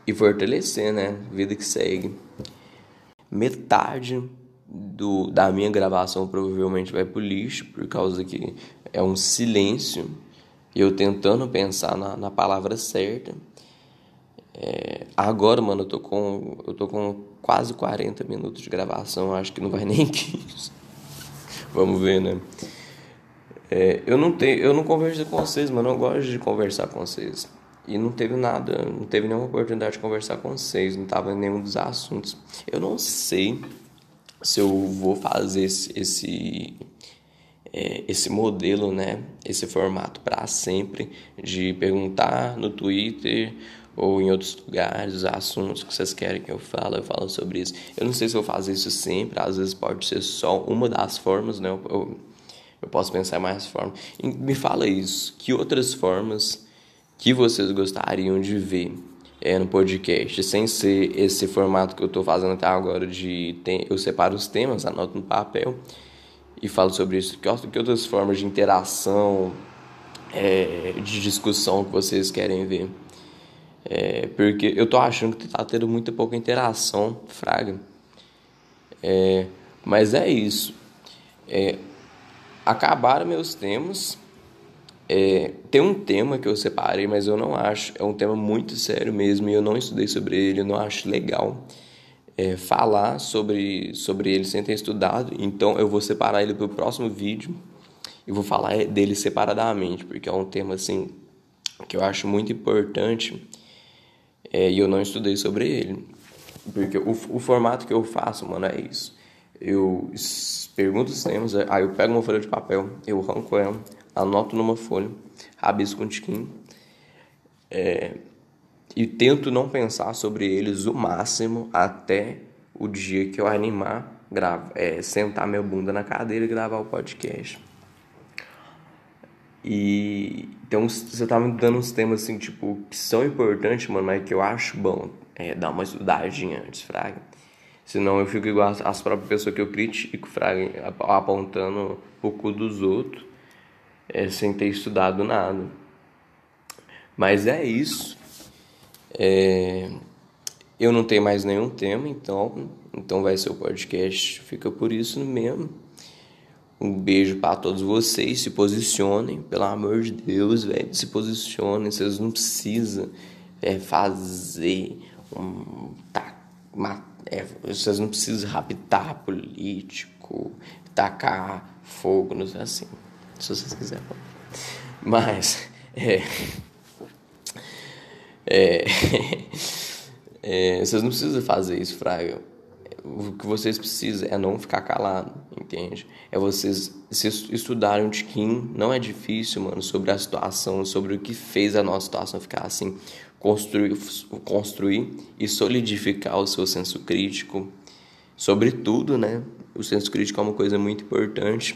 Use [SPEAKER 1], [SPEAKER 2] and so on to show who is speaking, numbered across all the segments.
[SPEAKER 1] e fortalecer, né? Vida que segue. Metade da minha gravação provavelmente vai pro lixo, por causa que é um silêncio e eu tentando pensar na palavra certa. Agora, mano, eu tô com quase 40 minutos de gravação, acho que não vai nem 15. Vamos ver, né? Eu não conversei com vocês, mano, eu gosto de conversar com vocês. E não teve nada, não teve nenhuma oportunidade de conversar com vocês, não tava em nenhum dos assuntos. Eu não sei se eu vou fazer esse modelo, né? Esse formato para sempre, de perguntar no Twitter ou em outros lugares os assuntos que vocês querem que eu falo sobre isso. Eu não sei se eu vou fazer isso sempre, às vezes pode ser só uma das formas, né? Eu posso pensar em mais formas. E me fala isso, que outras formas que vocês gostariam de ver no podcast, sem ser esse formato que eu estou fazendo até agora eu separo os temas, anoto no papel e falo sobre isso. Que outras formas de interação, de discussão que vocês querem ver? Porque eu tô achando que tá tendo muito pouca interação, fraga. Mas é isso. Acabaram meus temas. Tem um tema que eu separei, mas eu não acho. É um tema muito sério mesmo e eu não estudei sobre ele, eu não acho legal falar sobre ele sem ter estudado. Então eu vou separar ele para o próximo vídeo e vou falar dele separadamente, porque é um tema assim que eu acho muito importante e eu não estudei sobre ele. Porque o formato que eu faço, mano, é isso. Eu pergunto os temas, aí eu pego uma folha de papel, eu arranco ela, anoto numa folha, rabisco um tiquinho, e tento não pensar sobre eles o máximo até o dia que eu animar, sentar minha bunda na cadeira e gravar o podcast. E então você tá me dando uns temas assim, tipo, que são importantes, mano, mas que eu acho bom dar uma estudadinha antes, fraga. Senão eu fico igual as próprias pessoas que eu critico, fraga, apontando o cu dos outros, sem ter estudado nada. Mas é isso. Eu não tenho mais nenhum tema, então vai ser o podcast. Fica por isso mesmo. Um beijo para todos vocês. Se posicionem, pelo amor de Deus, velho. Se posicionem. Vocês não precisam fazer vocês não precisam raptar político, tacar fogo, não sei assim. Se vocês quiserem. Mas, vocês não precisam fazer isso, fraga. O que vocês precisam é não ficar calado, entende? É vocês se estudarem um tiquinho, não é difícil, mano, sobre a situação, sobre o que fez a nossa situação ficar assim. Construir e solidificar o seu senso crítico. Sobretudo, né? O senso crítico é uma coisa muito importante.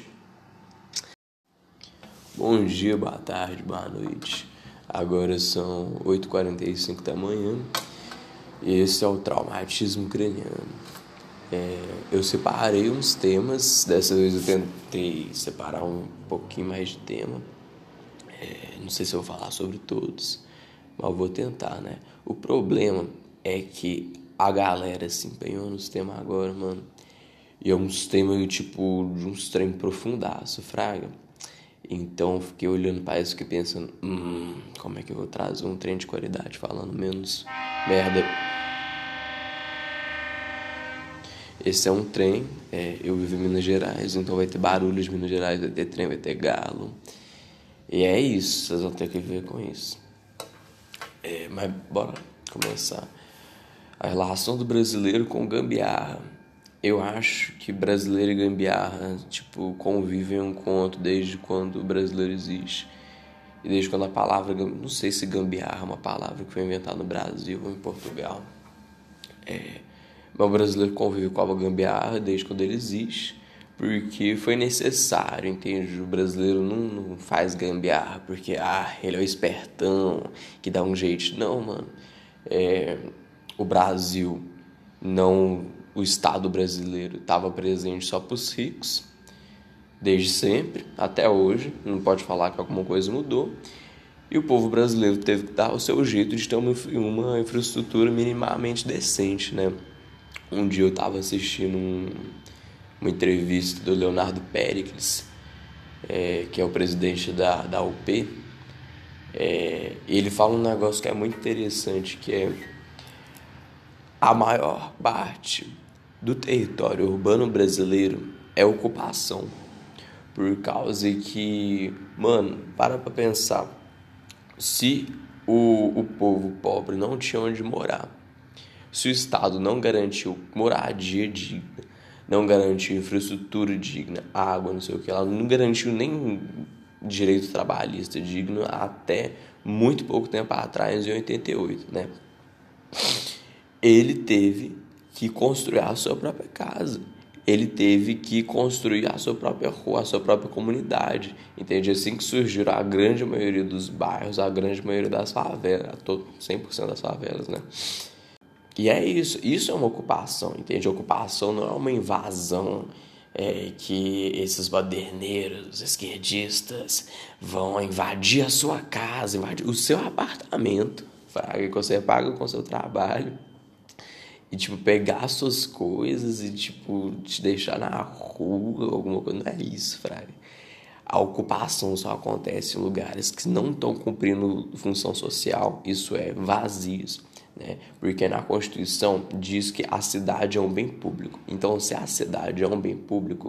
[SPEAKER 1] Bom dia, boa tarde, boa noite. Agora são 8h45 da manhã. E esse é o traumatismo craniano. Eu separei uns temas. Dessa vez eu tentei separar um pouquinho mais de tema. Não sei se eu vou falar sobre todos, mas eu vou tentar, né? O problema é que a galera se empenhou nos temas agora, mano. E é uns temas, tipo, de uns trem profundaço, fraga. Então eu fiquei olhando para isso e pensando, como é que eu vou trazer um trem de qualidade falando menos merda. Esse é um trem, eu vivo em Minas Gerais, então vai ter barulho de Minas Gerais, vai ter trem, vai ter galo. E é isso, vocês vão ter que ver com isso. Mas bora começar. A relação do brasileiro com gambiarra. Eu acho que brasileiro e gambiarra, tipo, convivem um com o outro desde quando o brasileiro existe. E desde quando a palavra, não sei se gambiarra é uma palavra que foi inventada no Brasil ou em Portugal. Mas o brasileiro convive com a gambiarra desde quando ele existe, porque foi necessário, entende? O brasileiro não faz gambiarra porque, ele é o espertão, que dá um jeito. Não, mano. O Brasil, não o Estado brasileiro, estava presente só para os ricos, desde sempre, até hoje. Não pode falar que alguma coisa mudou. E o povo brasileiro teve que dar o seu jeito de ter uma infraestrutura minimamente decente, né? Um dia eu estava assistindo uma entrevista do Leonardo Péricles, que é o presidente da UP. Ele fala um negócio que é muito interessante, que é a maior parte do território urbano brasileiro é ocupação. Por causa que, mano, para pra pensar. Se o povo pobre não tinha onde morar, se o Estado não garantiu moradia digna, não garantiu infraestrutura digna, água, não sei o que, ela não garantiu nem direito trabalhista digno até muito pouco tempo atrás, em 88, né? Ele teve que construir a sua própria casa. Ele teve que construir a sua própria rua, a sua própria comunidade. Entende? Assim que surgiram a grande maioria dos bairros, a grande maioria das favelas, 100% das favelas, né? E é isso. Isso é uma ocupação, entende? A ocupação não é uma invasão que esses baderneiros, esquerdistas, vão invadir a sua casa, invadir o seu apartamento, que você paga com o seu trabalho. E, tipo, pegar as suas coisas e, tipo, te deixar na rua, alguma coisa. Não é isso, fraga. A ocupação só acontece em lugares que não estão cumprindo função social, isso é, vazios, né? Porque na Constituição diz que a cidade é um bem público. Então, se a cidade é um bem público,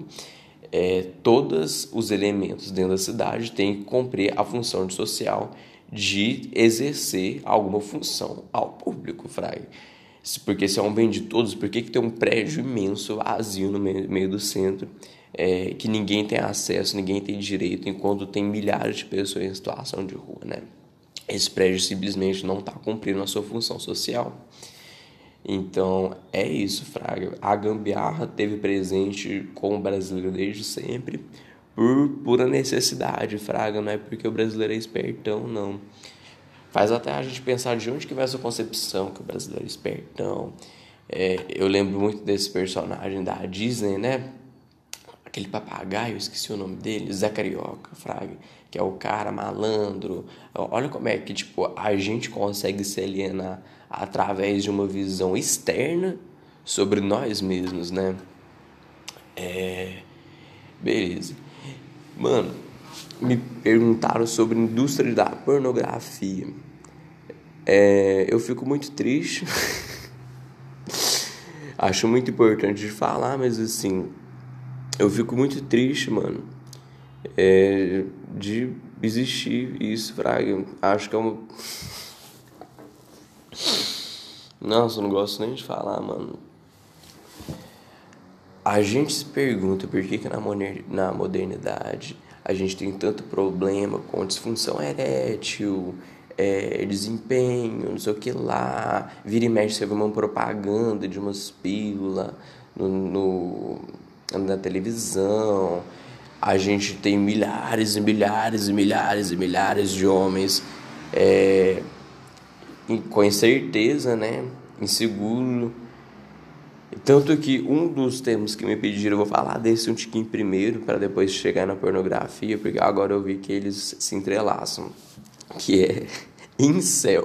[SPEAKER 1] todos os elementos dentro da cidade têm que cumprir a função social de exercer alguma função ao público, fraga. Porque se é um bem de todos, por que tem um prédio imenso, vazio no meio do centro, que ninguém tem acesso, ninguém tem direito, enquanto tem milhares de pessoas em situação de rua, né? Esse prédio simplesmente não está cumprindo a sua função social. Então, é isso, fraga. A gambiarra teve presente com o brasileiro desde sempre, por pura necessidade, fraga. Não é porque o brasileiro é espertão, não. Faz até a gente pensar de onde que vai essa concepção que o brasileiro é espertão. Eu lembro muito desse personagem da Disney, né? Aquele papagaio, eu esqueci o nome dele, Zé Carioca, fraga, que é o cara malandro. Olha como é que, tipo, a gente consegue se alienar através de uma visão externa sobre nós mesmos, né? Beleza. Mano, me perguntaram sobre a indústria da pornografia. Eu fico muito triste. Acho muito importante de falar, mas assim, eu fico muito triste, mano, de existir isso, fraga. Acho que é uma... Nossa, eu não gosto nem de falar, mano. A gente se pergunta por que na modernidade a gente tem tanto problema com disfunção erétil, desempenho, não sei o que lá. Vira e mexe, você vê uma propaganda de umas pílulas na televisão. A gente tem milhares e milhares e milhares e milhares de homens com incerteza, né? Inseguro. Tanto que um dos termos que me pediram, eu vou falar desse um tiquinho primeiro, para depois chegar na pornografia, porque agora eu vi que eles se entrelaçam, que é incel.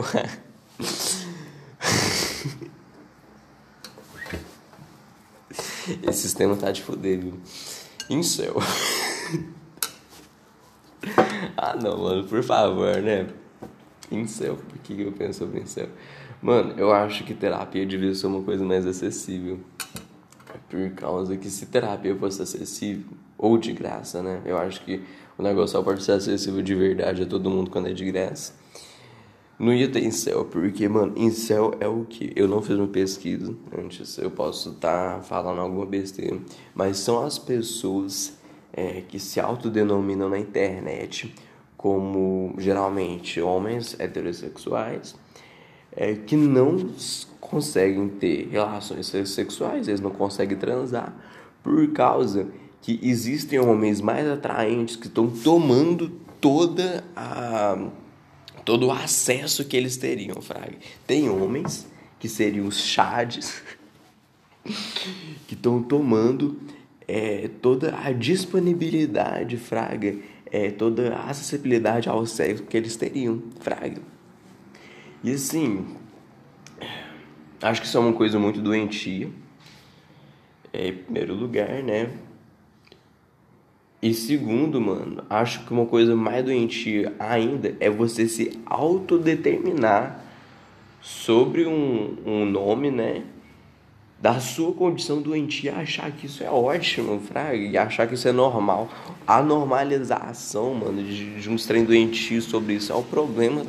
[SPEAKER 1] Esse sistema tá de foder, viu? Incel. Ah, não, mano, por favor, né? Incel, por que eu penso sobre incel? Mano, eu acho que terapia devia ser uma coisa mais acessível. Por causa que se terapia fosse acessível, ou de graça, né? Eu acho que o negócio só pode ser acessível de verdade a todo mundo quando é de graça. Não ia ter incel, porque, mano, incel é o que? Eu não fiz uma pesquisa antes, eu posso estar falando alguma besteira, mas são as pessoas que se autodenominam na internet como, geralmente, homens heterossexuais, que não conseguem ter relações sexuais, eles não conseguem transar, por causa que existem homens mais atraentes que estão tomando todo o acesso que eles teriam, fraga. Tem homens que seriam os chades que estão tomando toda a disponibilidade, fraga, toda a acessibilidade ao sexo que eles teriam, fraga. E assim, acho que isso é uma coisa muito doentia, em primeiro lugar, né? E segundo, mano, acho que uma coisa mais doentia ainda é você se autodeterminar sobre um nome, né? Da sua condição doentia, achar que isso é ótimo, fraga, e achar que isso é normal. A normalização, mano, de uns trem doentios sobre isso é o problema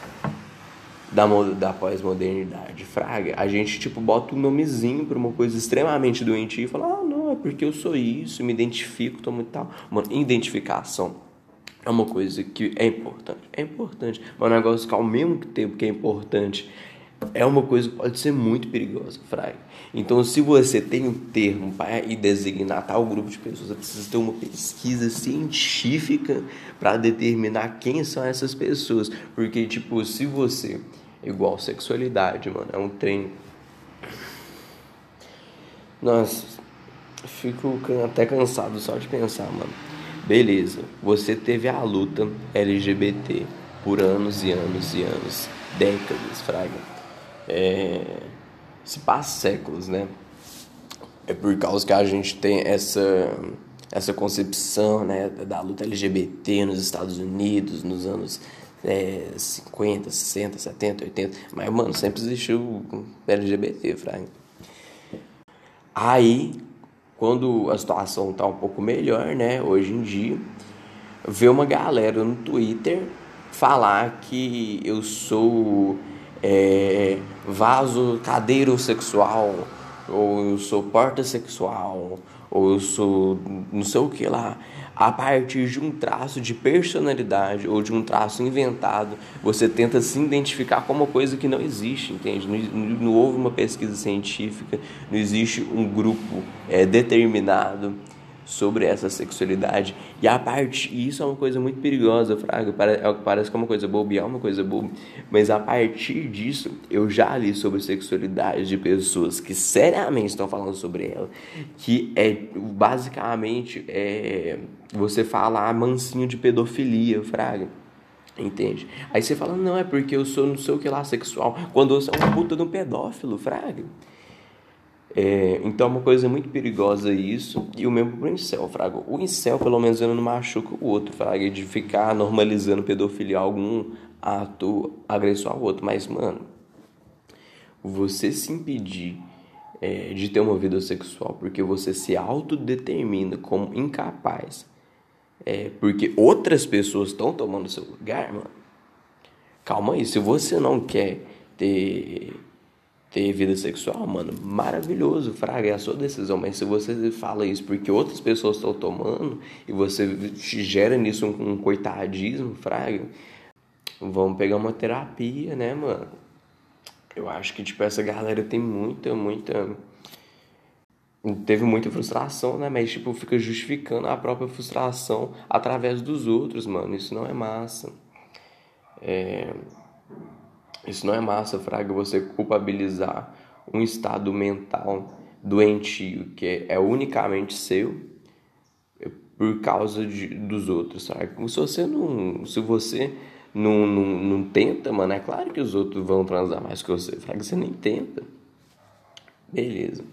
[SPEAKER 1] da pós-modernidade, fraga. A gente, tipo, bota um nomezinho pra uma coisa extremamente doentia e fala, não, é porque eu sou isso, me identifico, tô muito tal. Mano, identificação é uma coisa que é importante, mas é um negócio que ao mesmo tempo que é importante, é uma coisa que pode ser muito perigosa, fraga. Então, se você tem um termo para designar tal grupo de pessoas, você precisa ter uma pesquisa científica para determinar quem são essas pessoas. Porque, tipo, se você... Igual sexualidade, mano, é um trem... Nossa, fico até cansado só de pensar, mano. Beleza, você teve a luta LGBT por anos e anos e anos, décadas, fraga. Se passa séculos, né? É por causa que a gente tem essa concepção, né, da luta LGBT nos Estados Unidos, nos anos 50, 60, 70, 80. Mas, mano, sempre existiu LGBT, fraga. Aí, quando a situação tá um pouco melhor, né, hoje em dia, vê uma galera no Twitter falar que eu sou vaso cadeiro sexual, ou eu sou porta sexual, ou eu sou não sei o que lá, a partir de um traço de personalidade ou de um traço inventado, você tenta se identificar com uma coisa que não existe, entende? Não houve uma pesquisa científica, não existe um grupo determinado sobre essa sexualidade, e isso é uma coisa muito perigosa, fraga. Parece que é uma coisa boba, e é uma coisa boba, mas a partir disso eu já li sobre sexualidade de pessoas que seriamente estão falando sobre ela, que basicamente você falar mansinho de pedofilia, fraga. Entende? Aí você fala, não, é porque eu sou não sei o que lá sexual, quando você é um puta de um pedófilo, fraga. Então é uma coisa muito perigosa isso. E o mesmo pro incel, fraga. O incel, pelo menos, ele não machuca o outro, fraga, de ficar normalizando pedofilia a algum ato agressor ao outro. Mas, mano, você se impedir de ter uma vida sexual porque você se autodetermina como incapaz, porque outras pessoas estão tomando seu lugar, mano. Calma aí, se você não quer ter vida sexual, mano, maravilhoso, fraga, é a sua decisão. Mas se você fala isso porque outras pessoas estão tomando e você gera nisso um coitadismo, fraga, vamos pegar uma terapia, né, mano? Eu acho que, tipo, essa galera tem teve muita frustração, né? Mas, tipo, fica justificando a própria frustração através dos outros, mano. Isso não é massa. Isso não é massa, fraga, você culpabilizar um estado mental doentio que é unicamente seu por causa dos outros, sabe? Se você não tenta, mano, é claro que os outros vão transar mais que você, fraga, você nem tenta. Beleza.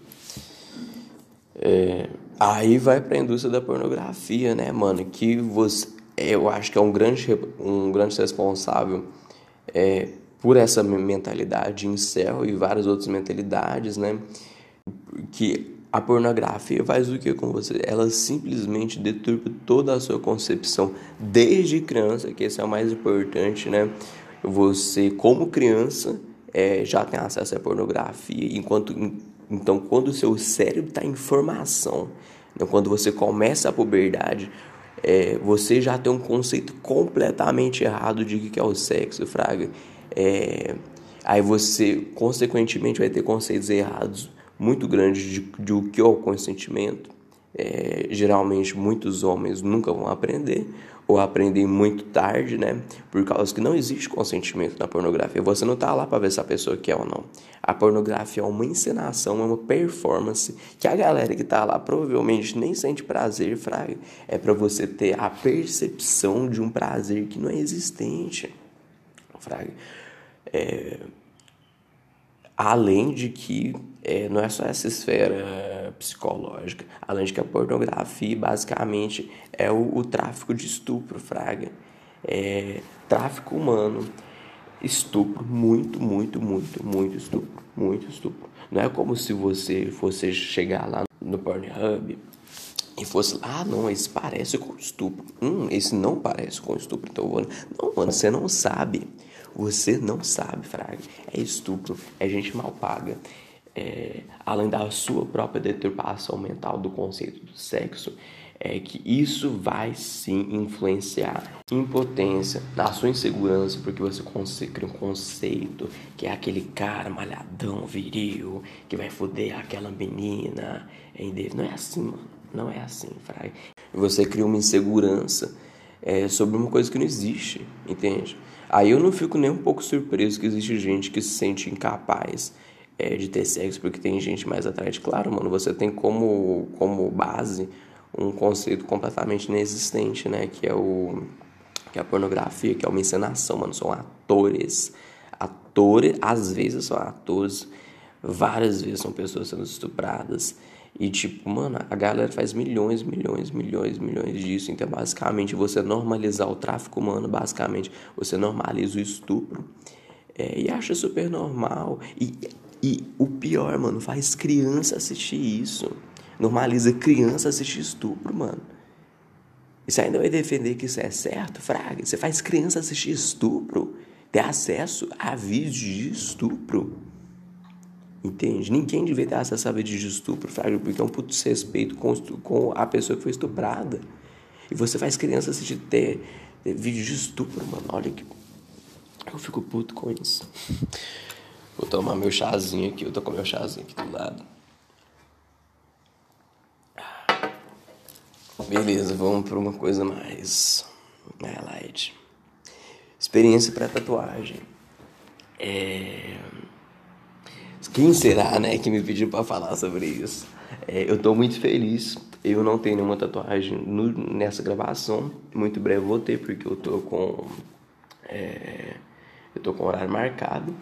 [SPEAKER 1] Aí vai pra indústria da pornografia, né, mano? Que eu acho que é um grande responsável por essa mentalidade incel e várias outras mentalidades, né? Que a pornografia faz o que com você? Ela simplesmente deturpa toda a sua concepção desde criança, que esse é o mais importante, né? Você, como criança, já tem acesso à pornografia, então, quando o seu cérebro está em formação, então, quando você começa a puberdade, você já tem um conceito completamente errado de que é o sexo, fraga. Aí você, consequentemente, vai ter conceitos errados muito grandes de o que é o consentimento, geralmente muitos homens nunca vão aprender, ou aprendem muito tarde, né? Por causa que não existe consentimento na pornografia. Você não tá lá para ver se a pessoa quer ou não. A pornografia é uma encenação, é uma performance que a galera que tá lá provavelmente nem sente prazer, fraga. É para você ter a percepção de um prazer que não é existente, fraga. Além de que não é só essa esfera psicológica, além de que a pornografia basicamente é o tráfico de estupro, fraga. Tráfico humano, estupro, muito estupro, muito estupro. Não é como se você fosse chegar lá no Pornhub e fosse lá, não, esse parece com estupro. Esse não parece com estupro. Então, não, mano, você não sabe. Você não sabe, fraga. É estupro, é gente mal paga. Além da sua própria deturpação mental do conceito do sexo, que isso vai sim influenciar impotência, na sua insegurança, porque você cria um conceito que é aquele cara malhadão, viril, que vai foder aquela menina. Não é assim, mano. Não é assim, fraga. Você cria uma insegurança sobre uma coisa que não existe, entende? Aí eu não fico nem um pouco surpreso que existe gente que se sente incapaz de ter sexo porque tem gente mais atrás. Claro, mano, você tem como base um conceito completamente inexistente, né? Que é a pornografia, que é uma encenação, mano. São atores. Atores, às vezes são atores, várias vezes são pessoas sendo estupradas. E tipo, mano, a galera faz milhões disso. Então, basicamente, você normalizar o tráfico humano, basicamente, você normaliza o estupro. E acha super normal. E o pior, mano, faz criança assistir isso. Normaliza criança assistir estupro, mano. E você ainda vai defender que isso é certo, fraga? Você faz criança assistir estupro? Ter acesso a vídeos de estupro? Entende? Ninguém devia ter acesso a vídeo de estupro, fraga, porque é um puto desrespeito com a pessoa que foi estuprada. E você faz criança assistir ter vídeo de estupro, mano. Olha que... Eu fico puto com isso. Vou tomar meu chazinho aqui. Eu tô com meu chazinho aqui do lado. Beleza, vamos pra uma coisa mais light. Experiência pré-tatuagem. Quem será, né, que me pediu pra falar sobre isso? Eu tô muito feliz. Eu não tenho nenhuma tatuagem nessa gravação. Muito breve vou ter, porque eu tô com horário marcado.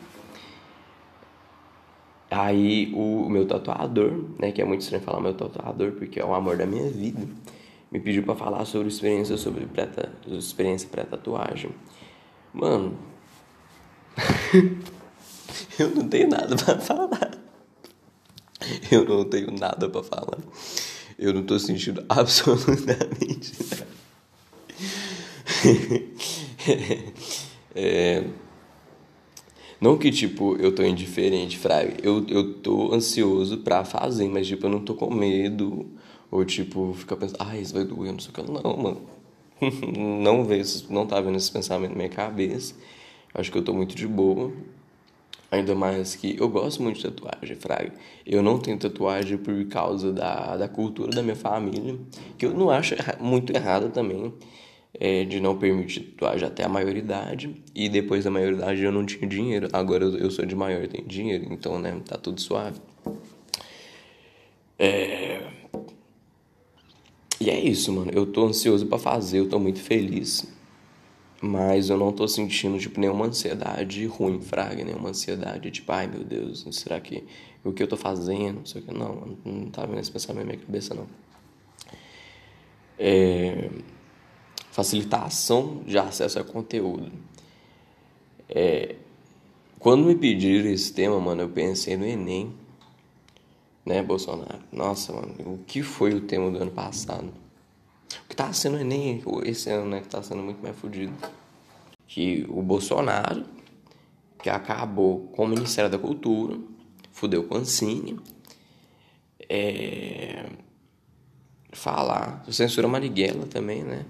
[SPEAKER 1] Aí o meu tatuador, né, que é muito estranho falar meu tatuador, porque é o amor da minha vida, me pediu pra falar sobre experiência pré-tatuagem. Mano, eu não tenho nada pra falar. Eu não tenho nada pra falar. Eu não tô sentindo absolutamente nada. Não que, tipo, eu tô indiferente, fraga. Eu tô ansioso pra fazer, mas, tipo, eu não tô com medo. Ou, tipo, ficar pensando, isso vai doer, não sei o que. Não, mano. Não tá vendo esse pensamento na minha cabeça. Acho que eu tô muito de boa. Ainda mais que eu gosto muito de tatuagem, fraga. Eu não tenho tatuagem por causa da cultura da minha família, que eu não acho muito errado também, de não permitir tatuagem até a maioridade. E depois da maioridade eu não tinha dinheiro. Agora eu sou de maior e tenho dinheiro, então, né, tá tudo suave. E é isso, mano. Eu tô ansioso pra fazer, eu tô muito feliz. Mas eu não tô sentindo, tipo, nenhuma ansiedade ruim, fraga, nenhuma ansiedade, tipo, ai meu Deus, será que o que eu tô fazendo, não sei o que, não tá vendo esse pensamento na minha cabeça, não. Facilitação de acesso a conteúdo. Quando me pediram esse tema, mano, eu pensei no Enem, né, Bolsonaro? Nossa, mano, o que foi o tema do ano passado? O que tá sendo o Enem esse ano, né, que tá sendo muito mais fodido. Que o Bolsonaro, que acabou com o Ministério da Cultura, fudeu com o Ancine, falar, censura Marighella também, né?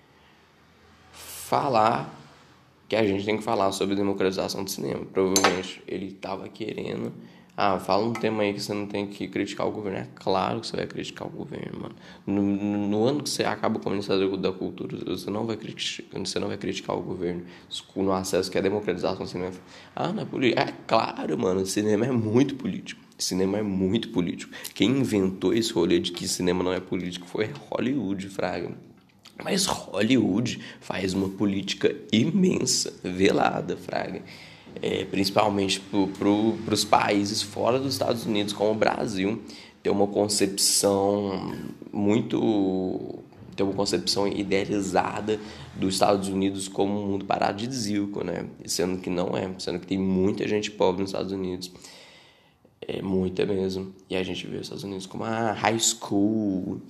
[SPEAKER 1] Falar que a gente tem que falar sobre democratização do cinema. Provavelmente ele estava querendo Fala um tema aí que você não tem que criticar o governo. É claro que você vai criticar o governo, mano. No ano que você acaba como Ministério da Cultura, você não vai criticar o governo no acesso que é a democratização do cinema. Não é político. É claro, mano. Cinema é muito político. Cinema é muito político. Quem inventou esse rolê de que cinema não é político foi Hollywood, fraga. Mas Hollywood faz uma política imensa, velada, fraga. Principalmente para os países fora dos Estados Unidos, como o Brasil, tem uma concepção tem uma concepção idealizada dos Estados Unidos como um mundo paradisíaco, né? Sendo que não é, sendo que tem muita gente pobre nos Estados Unidos. Muita mesmo. E a gente vê os Estados Unidos como a high school,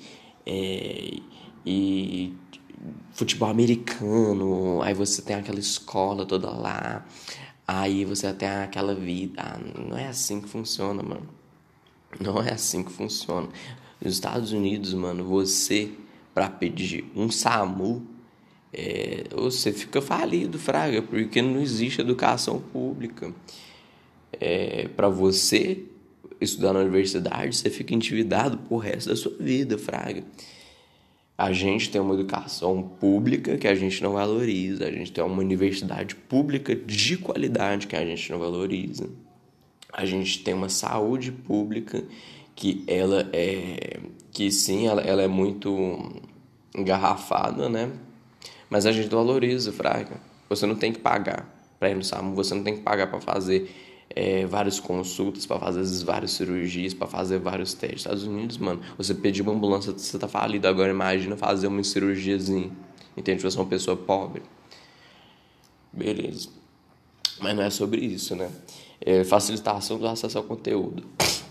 [SPEAKER 1] e futebol americano, aí você tem aquela escola toda lá, aí você tem aquela vida. Não é assim que funciona, mano. Não é assim que funciona. Nos Estados Unidos, mano, você, pra pedir um SAMU, você fica falido, fraga, porque não existe educação pública. Para você estudar na universidade, você fica endividado pro resto da sua vida, fraga. A gente tem uma educação pública que a gente não valoriza. A gente tem uma universidade pública de qualidade que a gente não valoriza. A gente tem uma saúde pública que ela é muito engarrafada, né? Mas a gente valoriza, fraga. Você não tem que pagar para ir no SAMU, você não tem que pagar para fazer várias consultas, para fazer várias cirurgias, para fazer vários testes. Estados Unidos, mano, você pedir uma ambulância, você tá falido. Agora imagina fazer uma cirurgiazinha. Entende? Você é uma pessoa pobre. Beleza. Mas não é sobre isso, né? Facilitação do acesso ao conteúdo.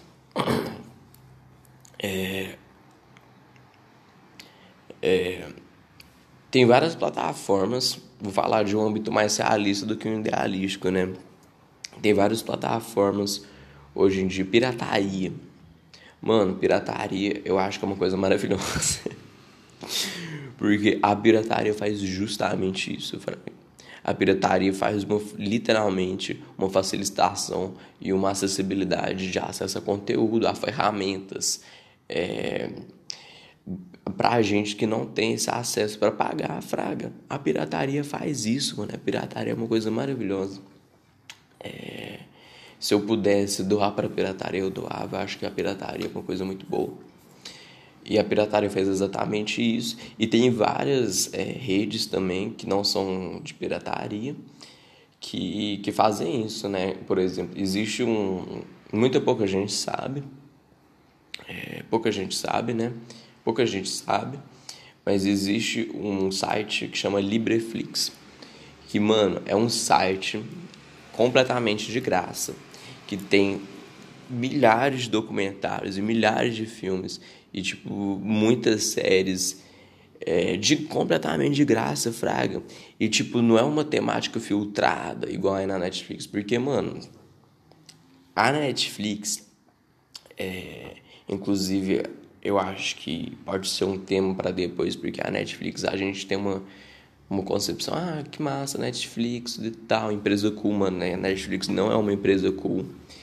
[SPEAKER 1] Tem várias plataformas, vou falar de um âmbito mais realista do que um idealístico, né? Tem várias plataformas hoje em dia, pirataria. Mano, pirataria eu acho que é uma coisa maravilhosa. Porque a pirataria faz justamente isso, Frank. A pirataria faz literalmente uma facilitação e uma acessibilidade de acesso a conteúdo, a ferramentas, pra gente que não tem esse acesso para pagar a fraga. A pirataria faz isso, mano. A pirataria é uma coisa maravilhosa. Se eu pudesse doar para a pirataria, eu doava. Eu acho que a pirataria é uma coisa muito boa. E a pirataria fez exatamente isso. E tem várias redes também que não são de pirataria que fazem isso, né? Por exemplo, existe muita pouca gente sabe. Pouca gente sabe, né? Pouca gente sabe. Mas existe um site que chama Libreflix. Que, mano, é um site completamente de graça, que tem milhares de documentários e milhares de filmes e, tipo, muitas séries completamente de graça, fraga. E, tipo, não é uma temática filtrada igual é na Netflix, porque, mano, a Netflix, inclusive, eu acho que pode ser um tema para depois, porque a Netflix, a gente tem uma concepção, que massa, Netflix e tal, empresa cool, mano, né? A Netflix não é uma empresa cool.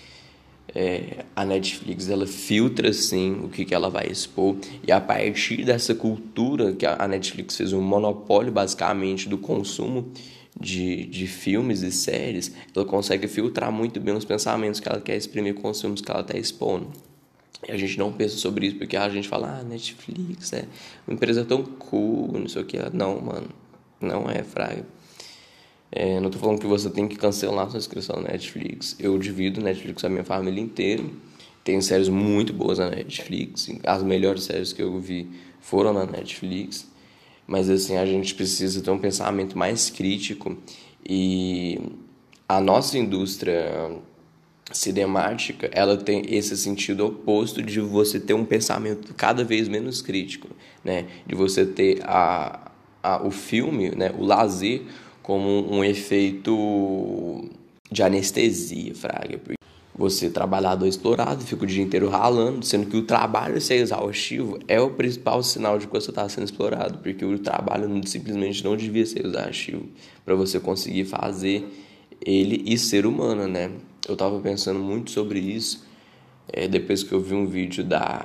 [SPEAKER 1] A Netflix, ela filtra, sim, o que ela vai expor, e a partir dessa cultura que a Netflix fez um monopólio, basicamente, do consumo de filmes e séries, ela consegue filtrar muito bem os pensamentos que ela quer exprimir com os filmes que ela está expondo. E a gente não pensa sobre isso, porque a gente fala, Netflix é uma empresa tão cool, não sei o que. Não, mano, não é, fraga. Não tô falando que você tem que cancelar sua inscrição na Netflix. Eu divido Netflix a minha família inteira. Tem séries muito boas na Netflix. As melhores séries que eu vi foram na Netflix. Mas assim, a gente precisa ter um pensamento mais crítico. E a nossa indústria cinemática, ela tem esse sentido oposto de você ter um pensamento cada vez menos crítico, né? De você ter o filme, né? O lazer como um efeito de anestesia, fraga. Você trabalhador explorado, fica o dia inteiro ralando, sendo que o trabalho ser exaustivo é o principal sinal de que você está sendo explorado, porque o trabalho simplesmente não devia ser exaustivo para você conseguir fazer ele e ser humano, né? Eu tava pensando muito sobre isso, depois que eu vi um vídeo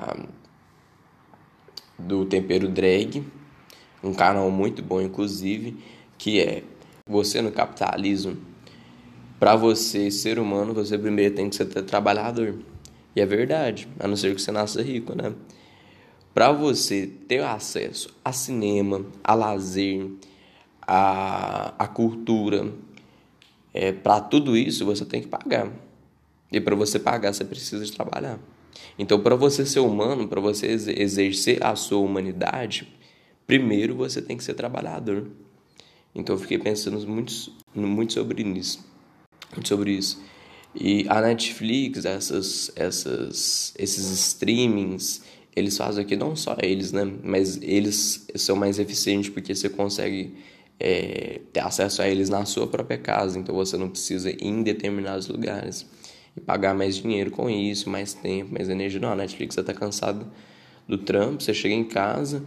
[SPEAKER 1] do Tempero Drag, um canal muito bom, inclusive, que é você no capitalismo. Para você ser humano, você primeiro tem que ser trabalhador. E é verdade, a não ser que você nasça rico, né? Para você ter acesso a cinema, a lazer, a cultura, para tudo isso você tem que pagar. E para você pagar, você precisa de trabalhar. Então, para você ser humano, para você exercer a sua humanidade, primeiro você tem que ser trabalhador. Então, eu fiquei pensando muito sobre isso. Muito sobre isso. E a Netflix, esses streamings, eles fazem aqui, não só eles, né? Mas eles são mais eficientes porque você consegue ter acesso a eles na sua própria casa. Então você não precisa ir em determinados lugares e pagar mais dinheiro com isso, mais tempo, mais energia. Não, a Netflix você tá cansado do trampo, você chega em casa,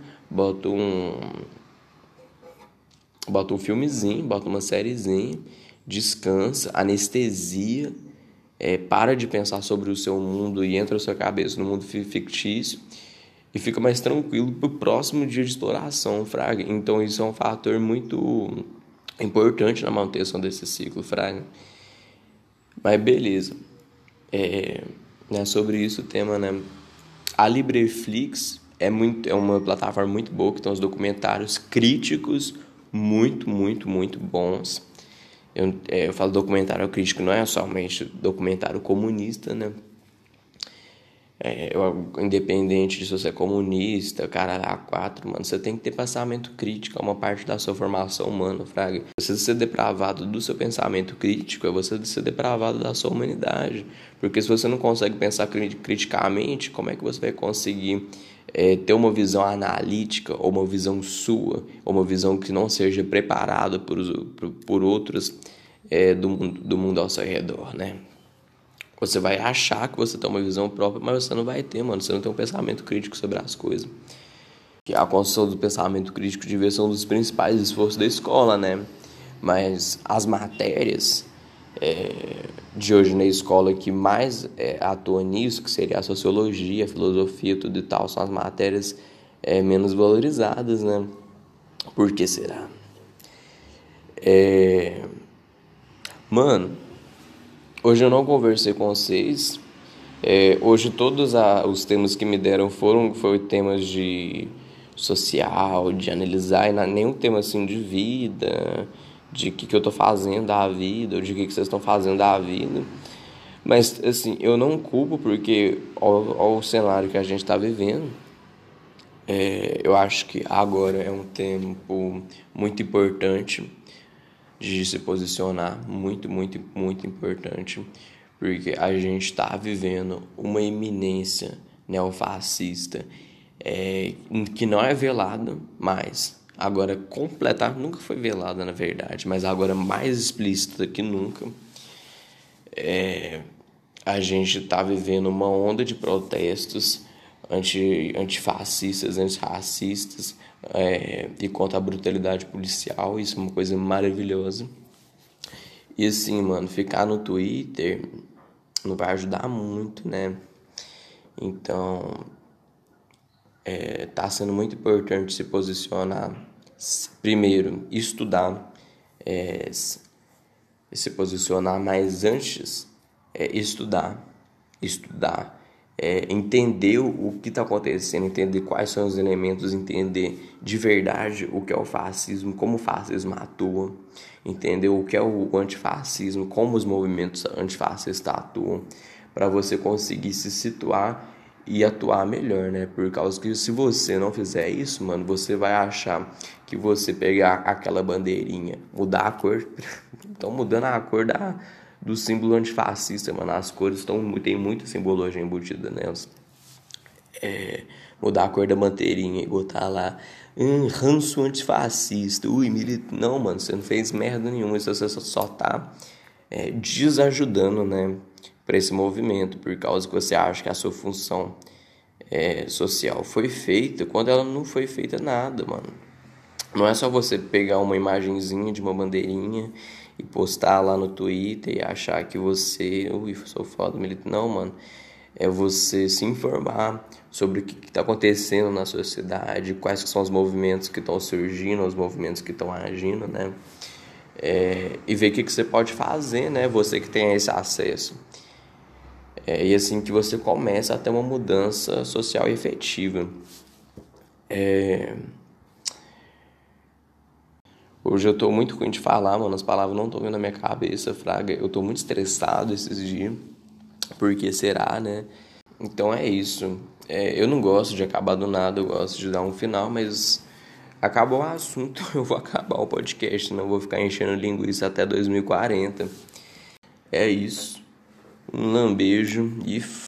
[SPEAKER 1] bota um filmezinho, bota uma sériezinha, descansa, anestesia, para de pensar sobre o seu mundo e entra na sua cabeça no mundo fictício e fica mais tranquilo pro próximo dia de exploração, fraga. Então isso é um fator muito importante na manutenção desse ciclo, fraga. Mas beleza. Né, sobre isso o tema, né? A Libreflix é uma plataforma muito boa, que tem uns documentários críticos muito bons. Eu falo documentário crítico, não é somente documentário comunista, né? Independente de se você é comunista, cara, A4, mano, você tem que ter pensamento crítico, é uma parte da sua formação humana, fraga. Você ser depravado do seu pensamento crítico é você ser depravado da sua humanidade. Porque se você não consegue pensar criticamente, como é que você vai conseguir ter uma visão analítica, ou uma visão sua, ou uma visão que não seja preparada por outros do mundo ao seu redor, né? Você vai achar que você tem uma visão própria, mas você não vai ter, mano. Você não tem um pensamento crítico sobre as coisas. Que a construção do pensamento crítico devia ser um dos principais esforços da escola, né? Mas as matérias de hoje na escola que mais atua nisso, que seria a sociologia, a filosofia, tudo e tal, são as matérias menos valorizadas, né? Por que será? Mano, hoje eu não conversei com vocês. Hoje todos os temas que me deram foram temas de social, de analisar, e nenhum tema assim de vida, de que eu tô fazendo da vida, ou de que vocês estão fazendo da vida. Mas assim, eu não culpo porque ó o cenário que a gente tá vivendo. Eu acho que agora é um tempo muito importante de se posicionar, muito importante, porque a gente está vivendo uma iminência neofascista que não é velada mais. Agora, completar, nunca foi velada na verdade, mas agora mais explícita que nunca. A gente está vivendo uma onda de protestos antifascistas, antirracistas, e contra a brutalidade policial. Isso é uma coisa maravilhosa. E assim, mano, ficar no Twitter não vai ajudar muito, né? Então, tá sendo muito importante se posicionar. Primeiro, estudar, se posicionar, mas antes, estudar, entender o que está acontecendo, entender quais são os elementos, entender de verdade o que é o fascismo, como o fascismo atua, entender o que é o antifascismo, como os movimentos antifascistas atuam, para você conseguir se situar e atuar melhor, né? Por causa que se você não fizer isso, mano, você vai achar que você pegar aquela bandeirinha, mudar a cor, estão mudando a cor do símbolo antifascista, mano. As cores tem muita simbologia embutida nelas. Mudar a cor da bandeirinha e botar lá ranço antifascista, não, mano, você não fez merda nenhuma, você só tá desajudando, né, para esse movimento, por causa que você acha que a sua função social foi feita quando ela não foi feita nada, mano. Não é só você pegar uma imagenzinha de uma bandeirinha e postar lá no Twitter e achar que você, ui, sou foda, militante. Não, mano. É você se informar sobre o que está acontecendo na sociedade, quais que são os movimentos que estão surgindo, os movimentos que estão agindo, né? E ver o que você pode fazer, né? Você que tem esse acesso. E assim que você começa a ter uma mudança social e efetiva. Hoje eu tô muito ruim de falar, mano. As palavras não estão vindo na minha cabeça, fraga. Eu tô muito estressado esses dias. Por que será, né? Então é isso. Eu não gosto de acabar do nada, eu gosto de dar um final, mas acabou o assunto, eu vou acabar o podcast, não vou ficar enchendo linguiça até 2040. É isso. Um lambejo e